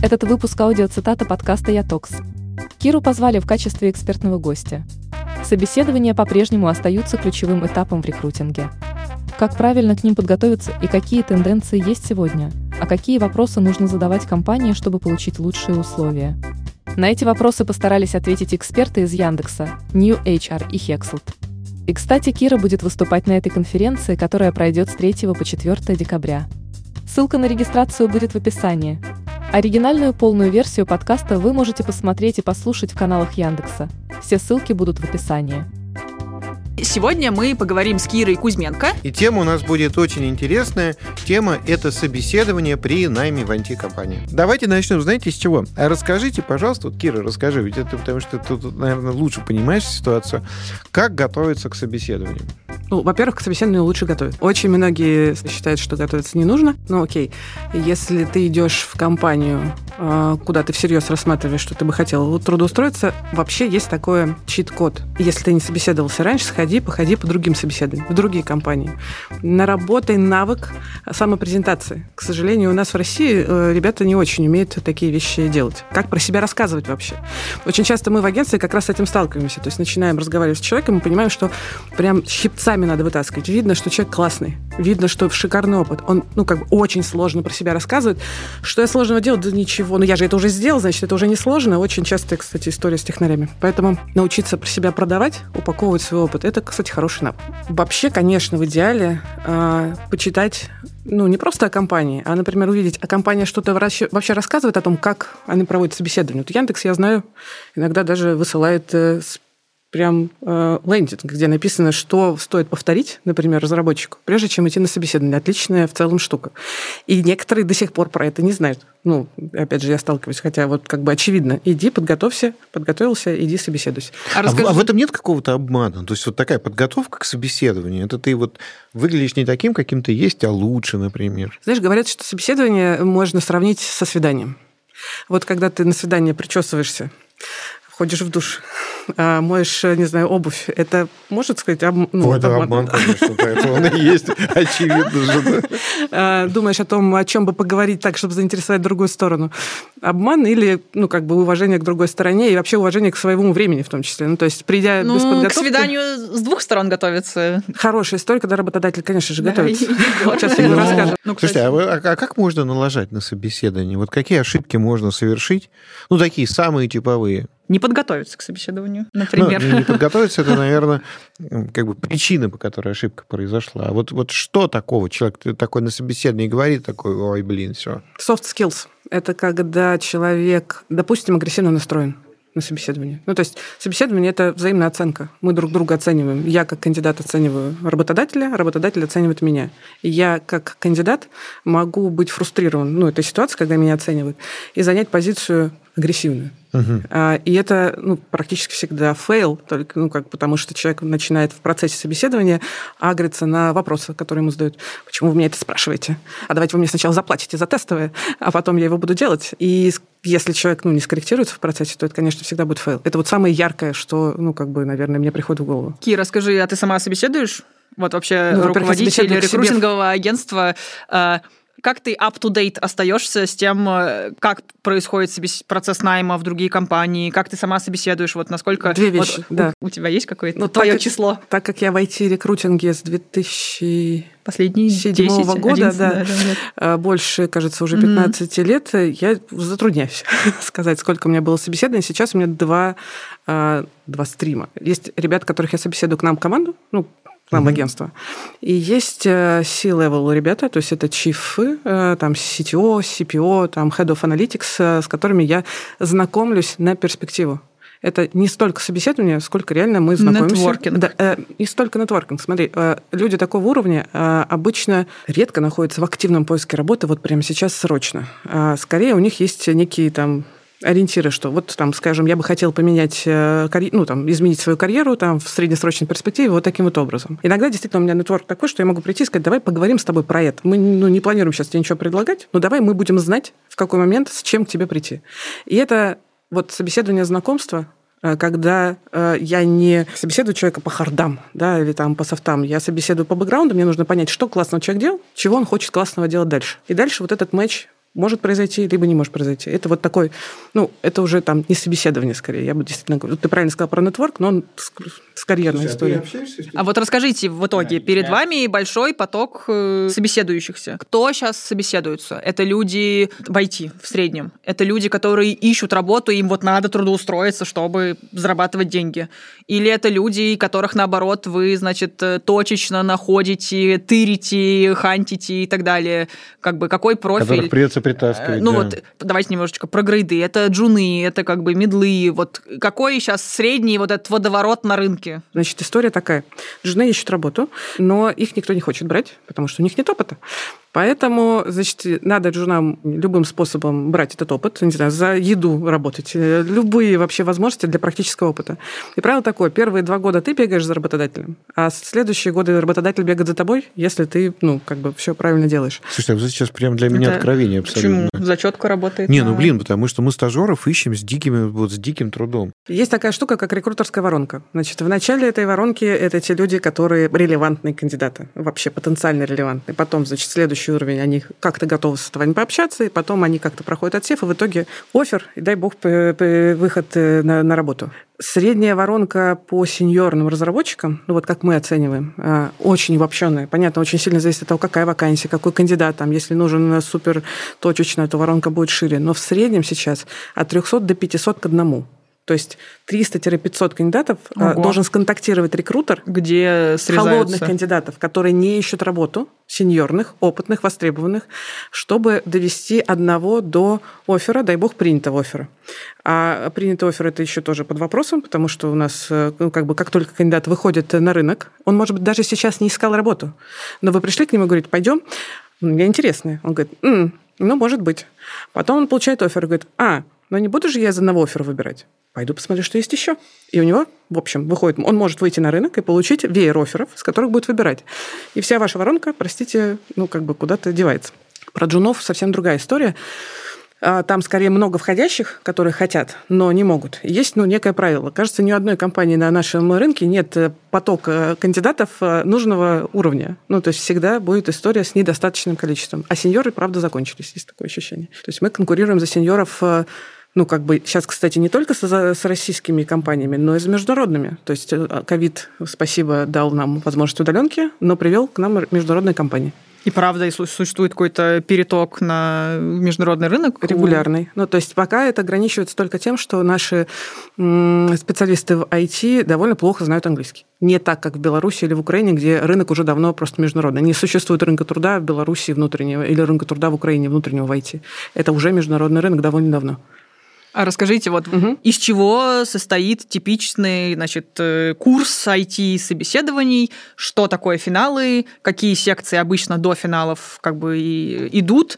Этот выпуск аудиоцитата подкаста «Ятокс». Киру позвали в качестве экспертного гостя. Собеседования по-прежнему остаются ключевым этапом в рекрутинге. Как правильно к ним подготовиться и какие тенденции есть сегодня, а какие вопросы нужно задавать компании, чтобы получить лучшие условия? На эти вопросы постарались ответить эксперты из Яндекса, New HR и Hexelt. И, кстати, Кира будет выступать на этой конференции, которая пройдет с 3 по 4 декабря. Ссылка на регистрацию будет в описании. Оригинальную полную версию подкаста вы можете посмотреть и послушать в каналах Яндекса. Все ссылки будут в описании. Сегодня мы поговорим с Кирой Кузьменко. И тема у нас будет очень интересная. Тема – это собеседование при найме в IT-компании. Давайте начнем, знаете, с чего? А расскажите, пожалуйста, вот, Кира, расскажи, ведь это потому что ты тут, наверное, лучше понимаешь ситуацию. Как готовиться к собеседованию? Ну, во-первых, к собеседованию лучше готовить. Очень многие считают, что готовиться не нужно. Но окей, если ты идешь в компанию, куда ты всерьез рассматриваешь, что ты бы хотел трудоустроиться, вообще есть такой чит-код. Если ты не собеседовался раньше, походи по другим собеседованиям, в другие компании. Наработай навык самопрезентации. К сожалению, у нас в России ребята не очень умеют такие вещи делать. Как про себя рассказывать вообще? Очень часто мы в агентстве как раз с этим сталкиваемся. То есть начинаем разговаривать с человеком, мы понимаем, что прям щипцами надо вытаскивать. Видно, что человек классный. Видно, что шикарный опыт. Он, очень сложно про себя рассказывает. Что я сложного делаю? Да ничего. Я же это уже сделал, значит, это уже не сложно. Очень часто, кстати, история с технарями. Поэтому научиться про себя продавать, упаковывать свой опыт, это, кстати, хороший навык. Вообще, конечно, в идеале почитать, не просто о компании, а, например, увидеть, а компания что-то вообще рассказывает о том, как они проводят собеседование. Вот Яндекс, я знаю, иногда даже высылает лендинг, где написано, что стоит повторить, например, разработчику, прежде чем идти на собеседование. Отличная в целом штука. И некоторые до сих пор про это не знают. Опять же, я сталкиваюсь, хотя очевидно. Иди, подготовился, иди собеседуйся. А в этом нет какого-то обмана? То есть вот такая подготовка к собеседованию, это ты выглядишь не таким, каким ты есть, а лучше, например. Знаешь, говорят, что собеседование можно сравнить со свиданием. Вот когда ты на свидание причесываешься, ходишь в душ, моешь, обувь. Это, может сказать, обман? Это обман, конечно, поэтому он и есть, очевидно же. Да. Думаешь о том, о чем бы поговорить так, чтобы заинтересовать другую сторону. Обман или, уважение к другой стороне и вообще уважение к своему времени в том числе. То есть, придя без подготовки... к свиданию с двух сторон готовиться. Хорошая история, когда работодатель, конечно же, готовится. Сейчас я расскажу. Слушайте, а как можно налажать на собеседование? Вот какие ошибки можно совершить? Такие самые типовые. Не подготовиться к собеседованию, например. Не подготовиться, это, наверное, причина, по которой ошибка произошла. А вот что такого? Человек такой на собеседовании говорит, ой, все. Soft skills. Это когда человек, допустим, агрессивно настроен на собеседование. То есть собеседование – это взаимная оценка. Мы друг друга оцениваем. Я как кандидат оцениваю работодателя, работодатель оценивает меня. И я как кандидат могу быть фрустрирован этой ситуацией, когда меня оценивают, и занять позицию агрессивную. И это практически всегда фейл, только потому что человек начинает в процессе собеседования агриться на вопросы, которые ему задают. Почему вы меня это спрашиваете? А давайте вы мне сначала заплатите за тестовое, а потом я его буду делать. И если человек не скорректируется в процессе, то это, конечно, всегда будет фейл. Это самое яркое, что, наверное, мне приходит в голову. Кира, скажи, а ты сама собеседуешь? Вообще руководитель рекрутингового агентства... Как ты up-to-date остаешься с тем, как происходит процесс найма в другие компании, как ты сама собеседуешь, насколько... Две вещи, да. У тебя есть какое-то твое число? Так как я в IT-рекрутинге с 2007 года, 11, да, больше, кажется, уже 15 лет, я затрудняюсь сказать, сколько у меня было собеседований. Сейчас у меня два стрима. Есть ребята, которых я собеседую к нам в команду, к нам в агентство. И есть C-level ребята, то есть это чифы, там CTO, CPO, там Head of Analytics, с которыми я знакомлюсь на перспективу. Это не столько собеседование, сколько реально мы знакомимся. Нетворкинг. Да, не столько нетворкинг. Смотри, люди такого уровня обычно редко находятся в активном поиске работы вот прямо сейчас срочно. Скорее у них есть некие ориентиры, что скажем, я бы хотел поменять, изменить свою карьеру в среднесрочной перспективе вот таким вот образом. Иногда действительно у меня нетворк такой, что я могу прийти и сказать, давай поговорим с тобой про это. Мы не планируем сейчас тебе ничего предлагать, но давай мы будем знать, в какой момент, с чем к тебе прийти. И это собеседование знакомства, когда я не собеседую человека по хардам, или по софтам, я собеседую по бэкграунду, мне нужно понять, что классного человек делал, чего он хочет классного делать дальше. И дальше вот этот матч может произойти, либо не может произойти. Это вот такой, это уже там не собеседование скорее. Я бы действительно говорю, ты правильно сказал про нетворк, но он с карьерной историей. А вот расскажите, в итоге перед вами большой поток собеседующихся. Кто сейчас собеседуется? Это люди в IT в среднем. Это люди, которые ищут работу, им вот надо трудоустроиться, чтобы зарабатывать деньги. Или это люди, которых, наоборот, вы, значит, точечно находите, тырите, хантите и так далее. Как бы какой профиль? Которых придется притаскивать. Вот давайте немножечко про грейды. Это джуны, это как бы мидлы. Вот какой сейчас средний вот этот водоворот на рынке? Значит, история такая. Джуны ищут работу, но их никто не хочет брать, потому что у них нет опыта. Поэтому, значит, надо джунам любым способом брать этот опыт, не знаю, за еду работать, любые вообще возможности для практического опыта. И правило такое, первые 2 года ты бегаешь за работодателем, а следующие годы работодатель бегает за тобой, если ты, все правильно делаешь. Слушай, это сейчас прям для меня откровение абсолютно. Почему? Зачетка работает? Потому что мы стажеров ищем с диким трудом. Есть такая штука, как рекрутерская воронка. Значит, в начале этой воронки это те люди, которые релевантные кандидаты, вообще потенциально релевантные. Потом, значит, следующий уровень, они как-то готовы с тобой пообщаться, и потом они как-то проходят отсев, и в итоге оффер, и дай бог, выход на работу. Средняя воронка по сеньорным разработчикам, вот как мы оцениваем, очень обобщенная. Понятно, очень сильно зависит от того, какая вакансия, какой кандидат. Там, если нужен супер точечно, то воронка будет шире. Но в среднем сейчас от 300 до 500 к 1. То есть 300-500 кандидатов должен сконтактировать рекрутер, где холодных кандидатов, которые не ищут работу, сеньорных, опытных, востребованных, чтобы довести одного до оффера, дай бог, принятого оффера. А принятый оффер – это еще тоже под вопросом, потому что у нас, как только кандидат выходит на рынок, он, может быть, даже сейчас не искал работу, но вы пришли к нему и говорите, пойдем, мне интересно. Он говорит, может быть. Потом он получает оффер и говорит, но не буду же я из одного оффера выбирать. Пойду посмотрю, что есть еще. И у него, в общем, выходит, он может выйти на рынок и получить веер офферов, с которых будет выбирать. И вся ваша воронка, простите, куда-то девается. Про джунов совсем другая история. Там скорее много входящих, которые хотят, но не могут. Есть некое правило. Кажется, ни у одной компании на нашем рынке нет потока кандидатов нужного уровня. То есть всегда будет история с недостаточным количеством. А сеньоры, правда, закончились. Есть такое ощущение. То есть мы конкурируем за сеньоров сейчас, кстати, не только с российскими компаниями, но и с международными. То есть ковид, спасибо, дал нам возможность удаленки, но привел к нам международные компании. И правда, существует какой-то переток на международный рынок? Регулярный. То есть пока это ограничивается только тем, что наши специалисты в IT довольно плохо знают английский. Не так, как в Беларуси или в Украине, где рынок уже давно просто международный. Не существует рынка труда в Беларуси внутреннего или рынка труда в Украине внутреннего в IT. Это уже международный рынок довольно давно. А расскажите, из чего состоит типичный, курс IT-собеседований, что такое финалы, какие секции обычно до финалов идут?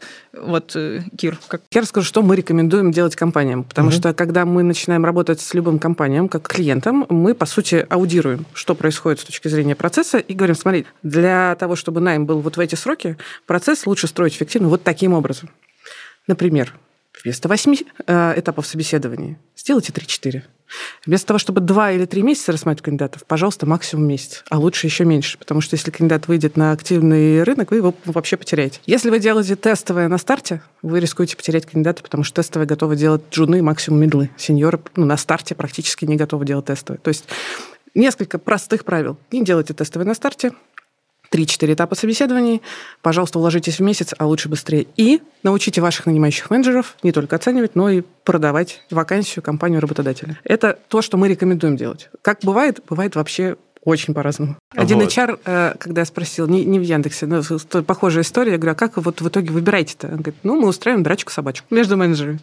Кир, Я расскажу, что мы рекомендуем делать компаниям, потому что когда мы начинаем работать с любым компаниям, как клиентом, мы, по сути, аудируем, что происходит с точки зрения процесса, и говорим, смотри, для того, чтобы найм был в эти сроки, процесс лучше строить эффективно вот таким образом. Например, вместо 8 этапов собеседования сделайте 3-4. Вместо того, чтобы 2 или 3 месяца рассматривать кандидатов, пожалуйста, максимум месяц, а лучше еще меньше, потому что если кандидат выйдет на активный рынок, вы его вообще потеряете. Если вы делаете тестовое на старте, вы рискуете потерять кандидата, потому что тестовые готовы делать джуны, максимум мидлы. Сеньоры на старте практически не готовы делать тестовые. То есть несколько простых правил. Не делайте тестовые на старте. 3-4 этапа собеседований. Пожалуйста, уложитесь в месяц, а лучше быстрее. И научите ваших нанимающих менеджеров не только оценивать, но и продавать вакансию компанию работодателя. Это то, что мы рекомендуем делать. Как бывает вообще очень по-разному. Один HR, когда я спросил, не в Яндексе, но похожая история, я говорю, а как вы в итоге выбираете-то? Он говорит, мы устраиваем драчку-собачку между менеджерами.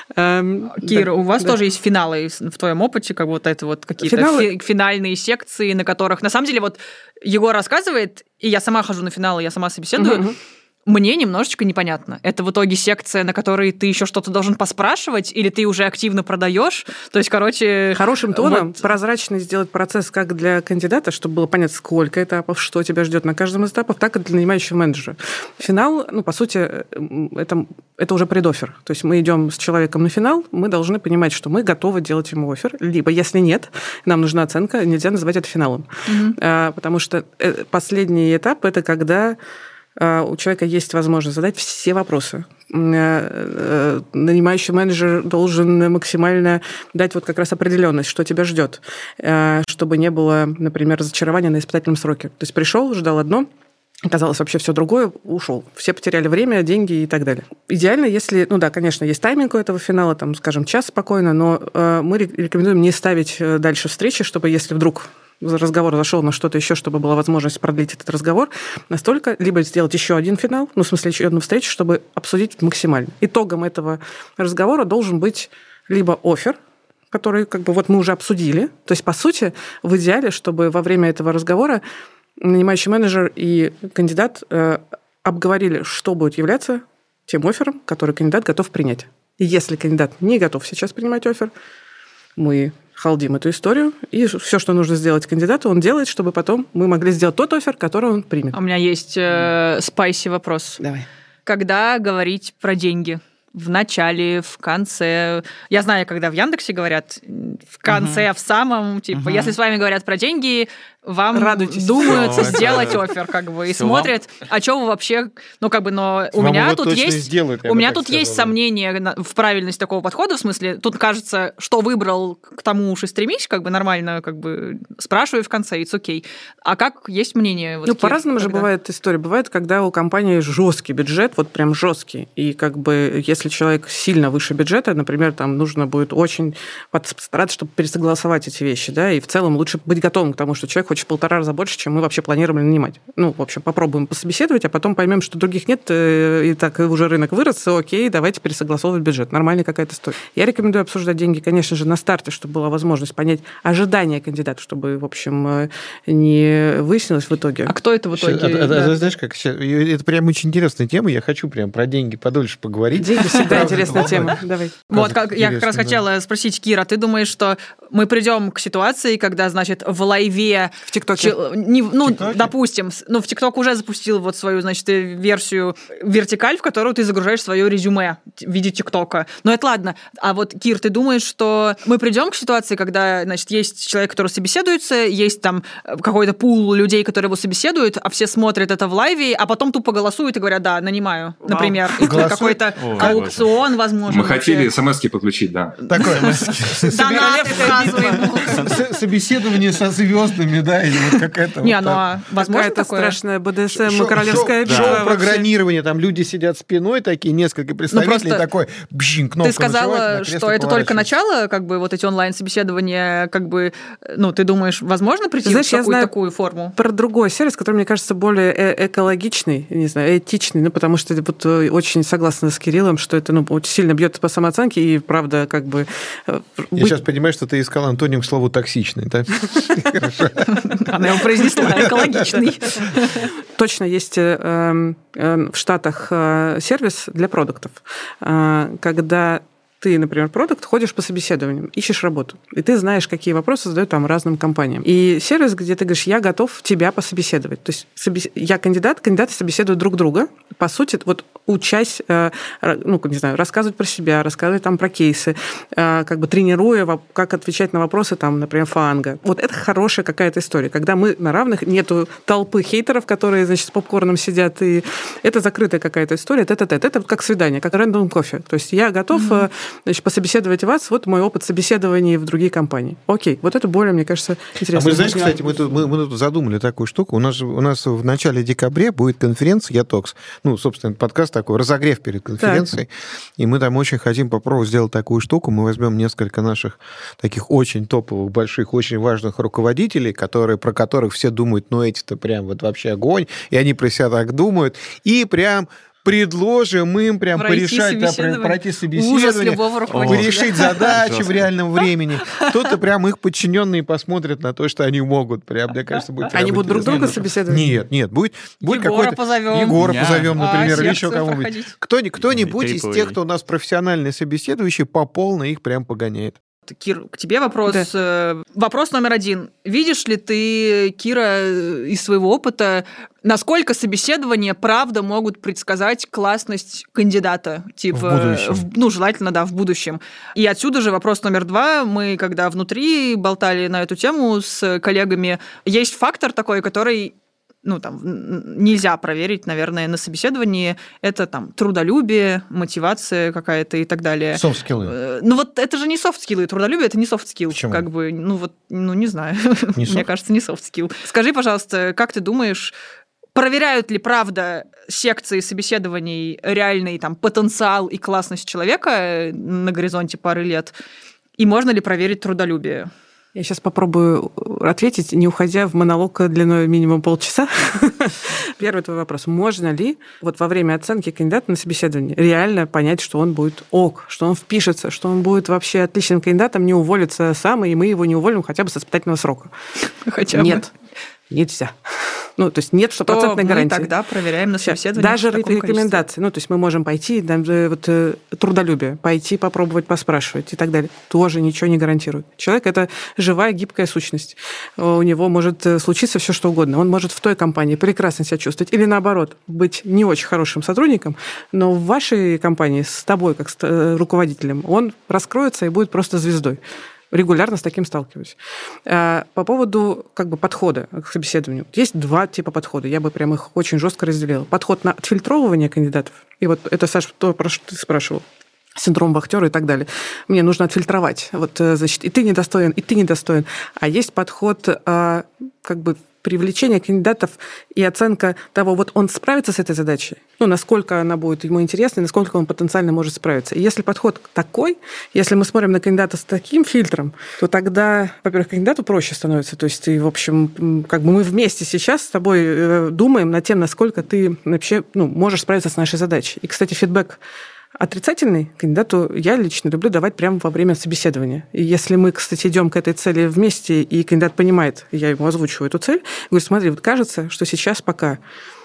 Кира, у вас тоже есть финалы в твоем опыте, какие-то финальные секции, на которых, на самом деле, Егор рассказывает, и я сама хожу на финалы, я сама собеседую, мне немножечко непонятно. Это в итоге секция, на которой ты еще что-то должен поспрашивать, или ты уже активно продаешь? То есть, Хорошим тоном прозрачно сделать процесс как для кандидата, чтобы было понятно, сколько этапов, что тебя ждет на каждом из этапов, так и для нанимающего менеджера. Финал, по сути, это уже предоффер. То есть мы идем с человеком на финал, мы должны понимать, что мы готовы делать ему оффер, либо, если нет, нам нужна оценка, нельзя называть это финалом. Потому что последний этап – это когда у человека есть возможность задать все вопросы. Нанимающий менеджер должен максимально дать вот как раз определенность, что тебя ждет, чтобы не было, например, разочарования на испытательном сроке. То есть пришел, ждал одно, оказалось вообще все другое, ушел. Все потеряли время, деньги и так далее. Идеально, если, конечно, есть тайминг у этого финала, там, скажем, час спокойно, но мы рекомендуем не ставить дальше встречи, чтобы если вдруг разговор зашел на что-то еще, чтобы была возможность продлить этот разговор, настолько, либо сделать еще один финал, в смысле еще одну встречу, чтобы обсудить максимально. Итогом этого разговора должен быть либо оффер, который мы уже обсудили. То есть, по сути, в идеале, чтобы во время этого разговора нанимающий менеджер и кандидат обговорили, что будет являться тем оффером, который кандидат готов принять. И если кандидат не готов сейчас принимать оффер, мы халдим эту историю, и все, что нужно сделать кандидату, он делает, чтобы потом мы могли сделать тот оффер, который он примет. У меня есть спайси вопрос. Давай. Когда говорить про деньги? В начале, в конце. Я знаю, когда в Яндексе говорят в конце, в самом, если с вами говорят про деньги, вам думают сделать оффер, и смотрят, а что вы вообще... но у меня тут есть сомнения в правильности такого подхода, в смысле, тут кажется, что выбрал, к тому уж и стремись, нормально, спрашиваю в конце, it's okay. А как есть мнение? По-разному же бывает история. Бывает, когда у компании жесткий бюджет, прям жесткий, и если человек сильно выше бюджета, например, там нужно будет очень постараться, чтобы пересогласовать эти вещи, да, и в целом лучше быть готовым к тому, что человек хочет 1,5 раза больше, чем мы вообще планировали нанимать. Попробуем пособеседовать, а потом поймем, что других нет, и так уже рынок вырос, окей, давайте пересогласовывать бюджет. Нормальная какая-то история. Я рекомендую обсуждать деньги, конечно же, на старте, чтобы была возможность понять ожидания кандидата, чтобы, в общем, не выяснилось в итоге. А кто это в итоге? Знаешь, это прям очень интересная тема, я хочу прям про деньги подольше поговорить. Деньги всегда интересная тема. Давай. Я как раз хотела спросить, Кира, ты думаешь, что мы придем к ситуации, когда, значит, в лайве... В ТикТоке. Допустим, в ТикТок уже запустил свою, значит, версию вертикаль, в которую ты загружаешь свое резюме в виде ТикТока. Но это ладно. А Кир, ты думаешь, что мы придем к ситуации, когда, значит, есть человек, который собеседуется, есть там какой-то пул людей, которые его собеседуют, а все смотрят это в лайве, а потом тупо голосуют и говорят, да, нанимаю, например. И какой-то аукцион, возможно. Мы хотели смс-ки подключить, да. Такое. Донаты сразу ему. Собеседование со звездами, да, или какая-то... возможно какая-то страшная БДСМ, королевская битва. Шоу-программирование, там люди сидят спиной, такие несколько представителей, такой кнопка. Ты сказала, что это только начало, эти онлайн-собеседования, ты думаешь, возможно прийти в какую-то такую форму? Про другой сервис, который, мне кажется, более экологичный, не знаю, этичный, потому что очень согласна с Кириллом, что это очень сильно бьет по самооценке, и правда, Я сейчас понимаю, что ты искал антоним к слову «токсичный», да? Она его произнесла, экологичный. Точно есть в Штатах сервис для продуктов, когда ты, например, продукт, ходишь по собеседованиям, ищешь работу, и ты знаешь, какие вопросы задают там разным компаниям. И сервис, где ты говоришь, я готов тебя пособеседовать. То есть я кандидаты собеседуют друг друга. По сути, учась, рассказывать про себя, рассказывать там про кейсы, тренируя, как отвечать на вопросы, там, например, фанга. Это хорошая какая-то история, когда мы на равных, нету толпы хейтеров, которые, значит, с попкорном сидят, и это закрытая какая-то история, это как свидание, как рандом кофе. То есть я готов пособеседовать вас, мой опыт собеседований в другие компании. Окей, это более, мне кажется, интересно. А мы, знаешь, кстати, мы тут задумали такую штуку. У нас в начале декабря будет конференция Ятокс. Собственно, подкаст такой, разогрев перед конференцией. Так. И мы там очень хотим попробовать сделать такую штуку. Мы возьмем несколько наших таких очень топовых, больших, очень важных руководителей, про которых все думают, эти-то прям вообще огонь, и они про себя так думают, и прям предложим им прям пройти собеседование, ужас любого руководителя. решить задачи в реальном времени. Кто-то прям их подчиненные посмотрят на то, что они могут. Прям, мне кажется, будет. Они будут друг друга собеседовать? Нет, будет какой-то... Егора позовем, например, или еще кого-нибудь. Кто-нибудь из тех, кто у нас профессиональный собеседующий, по полной их прям погоняет. Кир, к тебе вопрос. Да. Вопрос номер 1. Видишь ли ты, Кира, из своего опыта, насколько собеседования правда могут предсказать классность кандидата? В будущем. Желательно, да, в будущем. И отсюда же вопрос номер 2. Мы, когда внутри болтали на эту тему с коллегами, есть фактор такой, который нельзя проверить, наверное, на собеседовании, это там трудолюбие, мотивация какая-то и так далее. Софт-скиллы. Это же не софт-скиллы, трудолюбие – это не софт-скилл. Почему? Не знаю. Мне кажется, не софт-скилл. Скажи, пожалуйста, как ты думаешь, проверяют ли, правда, секции собеседований реальный потенциал и классность человека на горизонте пары лет? И можно ли проверить трудолюбие? Я сейчас попробую ответить, не уходя в монолог длиной минимум полчаса. Первый твой вопрос. Можно ли во время оценки кандидата на собеседование реально понять, что он будет что он впишется, что он будет вообще отличным кандидатом, не уволится сам, и мы его не уволим хотя бы с испытательного срока? Нет, нельзя. То есть нет стопроцентной гарантии. Мы тогда проверяем на собеседовании. Даже рекомендации. То есть мы можем пойти, трудолюбие, пойти попробовать поспрашивать и так далее. Тоже ничего не гарантирует. Человек – это живая, гибкая сущность. У него может случиться все что угодно. Он может в той компании прекрасно себя чувствовать или, наоборот, быть не очень хорошим сотрудником, но в вашей компании с тобой, как с руководителем, он раскроется и будет просто звездой. Регулярно с таким сталкиваюсь. По поводу подхода к собеседованию. Есть два типа подхода. Я бы прям их очень жестко разделила. Подход на отфильтровывание кандидатов. И это, Саша, то, про что ты спрашивал. Синдром вахтера и так далее. Мне нужно отфильтровать. И ты недостоин, и ты недостоин. А есть подход привлечение кандидатов и оценка того, он справится с этой задачей, насколько она будет ему интересна, насколько он потенциально может справиться. И если подход такой, если мы смотрим на кандидата с таким фильтром, то во-первых, кандидату проще становится. То есть ты, в общем, мы вместе сейчас с тобой думаем над тем, насколько ты вообще можешь справиться с нашей задачей. И, кстати, фидбэк отрицательный кандидату я лично люблю давать прямо во время собеседования. И если мы, кстати, идем к этой цели вместе, и кандидат понимает, я ему озвучиваю эту цель, говорю, смотри, кажется, что сейчас пока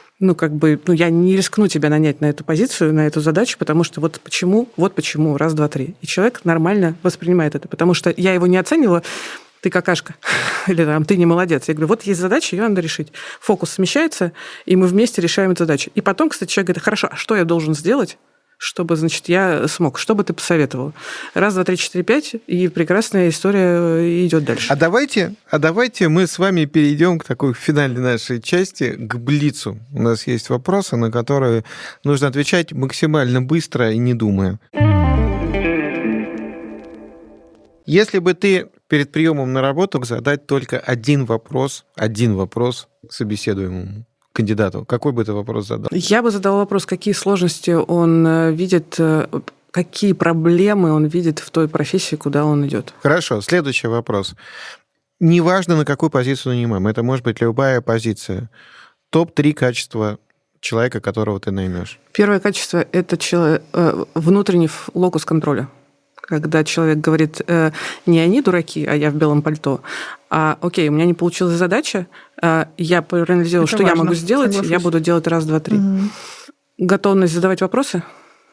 я не рискну тебя нанять на эту позицию, на эту задачу, потому что почему, раз, два, три. И человек нормально воспринимает это, потому что я его не оценила, ты какашка, или ты не молодец. Я говорю, есть задача, ее надо решить. Фокус смещается, и мы вместе решаем эту задачу. И потом, кстати, человек говорит, хорошо, а что я должен сделать, чтобы, я смог? Что бы ты посоветовал? Раз, два, три, четыре, пять, и прекрасная история идет дальше. А давайте мы с вами перейдем к такой финальной нашей части, к блицу. У нас есть вопросы, на которые нужно отвечать максимально быстро и не думая. Если бы ты перед приемом на работу мог задать только один вопрос собеседуемому кандидату, какой бы ты вопрос задал? Я бы задала вопрос, какие сложности он видит, какие проблемы он видит в той профессии, куда он идет. Хорошо, следующий вопрос. Неважно, на какую позицию нанимаем, это может быть любая позиция. Топ-3 качества человека, которого ты наймешь. Первое качество – это внутренний локус контроля. Когда человек говорит, не они дураки, а я в белом пальто, окей, у меня не получилась задача, я проанализировала, что я могу сделать, я буду делать раз, два, три. Готовность задавать вопросы.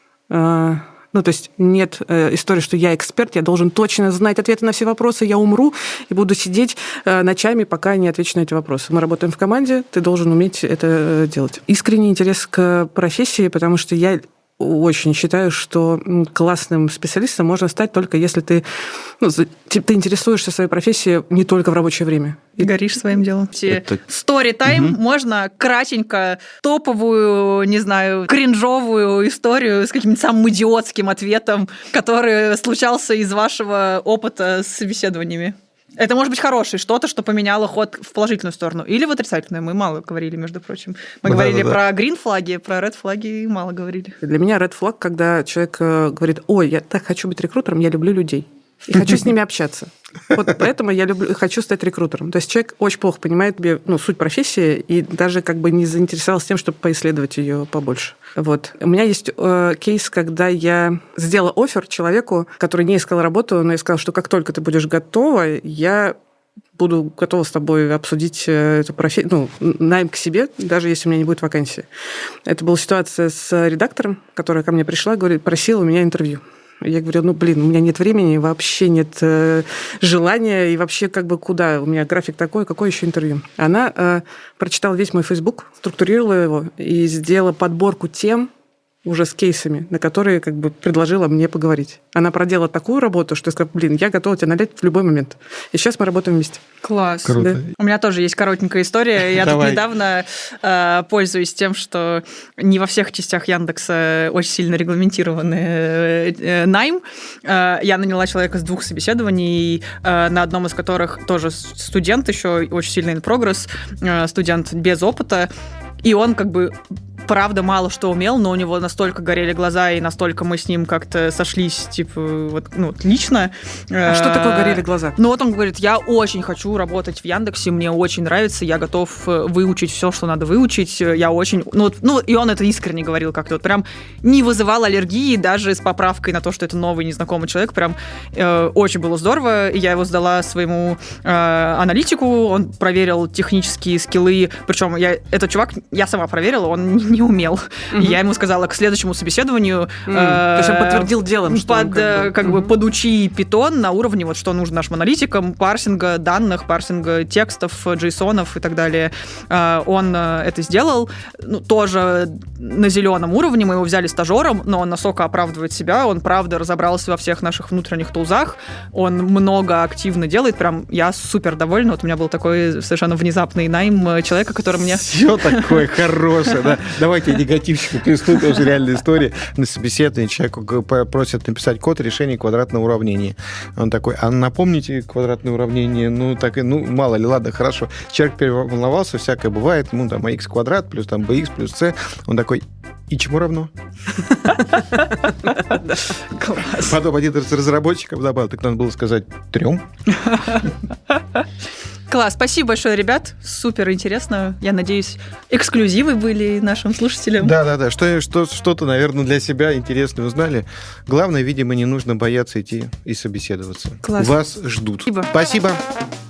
То есть нет истории, что я эксперт, я должен точно знать ответы на все вопросы, я умру и буду сидеть ночами, пока не отвечу на эти вопросы. Мы работаем в команде, ты должен уметь это делать. Искренний интерес к профессии, потому что я очень считаю, что классным специалистом можно стать только если ты интересуешься своей профессией не только в рабочее время. И горишь своим делом. Story-time можно кратенько топовую, не знаю, кринжовую историю с каким-нибудь самым идиотским ответом, который случался из вашего опыта с собеседованиями. Это может быть хорошее что-то, что поменяло ход в положительную сторону. Или в отрицательную. Мы мало говорили, между прочим. Мы говорили про грин-флаги, про ред-флаги мало говорили. Для меня ред-флаг, когда человек говорит, я так хочу быть рекрутером, я люблю людей. И хочу с ними общаться. Поэтому я хочу стать рекрутером. То есть человек очень плохо понимает суть профессии и даже не заинтересовался тем, чтобы поисследовать ее побольше. У меня есть кейс, когда я сделала оффер человеку, который не искал работу, но я сказала, что как только ты будешь готова, я буду готова с тобой обсудить эту профессию, найм к себе, даже если у меня не будет вакансии. Это была ситуация с редактором, которая ко мне пришла, просила у меня интервью. Я говорю, у меня нет времени, вообще нет желания, и вообще куда? У меня график такой, какое еще интервью? Она прочитала весь мой Facebook, структурировала его и сделала подборку тем, уже с кейсами, на которые как бы предложила мне поговорить. Она проделала такую работу, что я сказала, я готова тебя налять в любой момент. И сейчас мы работаем вместе. Класс. Круто. Да. У меня тоже есть коротенькая история. Я тут недавно пользуюсь тем, что не во всех частях Яндекса очень сильно регламентированный найм. Я наняла человека с 2 собеседований, на одном из которых тоже студент еще, очень сильный in progress, студент без опыта. И он как бы правда мало что умел, но у него настолько горели глаза, и настолько мы с ним как-то сошлись, типа, лично. А что такое горели глаза? Ну, вот он говорит, я очень хочу работать в Яндексе, мне очень нравится, я готов выучить все, что надо выучить, я очень... и он это искренне говорил как-то, вот прям не вызывал аллергии, даже с поправкой на то, что это новый незнакомый человек, прям очень было здорово, я его сдала своему аналитику, он проверил технические скиллы, причем этот чувак, я сама проверила, он не умел. Mm-hmm. Я ему сказала к следующему собеседованию... То есть он подтвердил делом, что он подучи Python на уровне, вот что нужно нашим аналитикам, парсинга данных, парсинга текстов, джейсонов и так далее. Он это сделал. Тоже на зеленом уровне. Мы его взяли стажером, но он настолько оправдывает себя. Он, правда, разобрался во всех наших внутренних тулзах. Он много активно делает. Прям я супер довольна. Вот у меня был такой совершенно внезапный найм человека, который мне... Все такое хорошее, да. Давайте негативщику плесну, тоже реальная история. На собеседовании человеку просят написать код решения квадратного уравнения. Он такой, а напомните квадратное уравнение? Мало ли, ладно, хорошо. Человек переволновался, всякое бывает, x квадрат плюс bx плюс c. Он такой, и чему равно? Класс. Потом один из разработчиков добавил, так надо было сказать 3. Класс, спасибо большое, ребят. Супер интересно. Я надеюсь, эксклюзивы были нашим слушателям. Да. Что-то, наверное, для себя интересное узнали. Главное, видимо, не нужно бояться идти и собеседоваться. Класс. Вас ждут. Спасибо. Спасибо.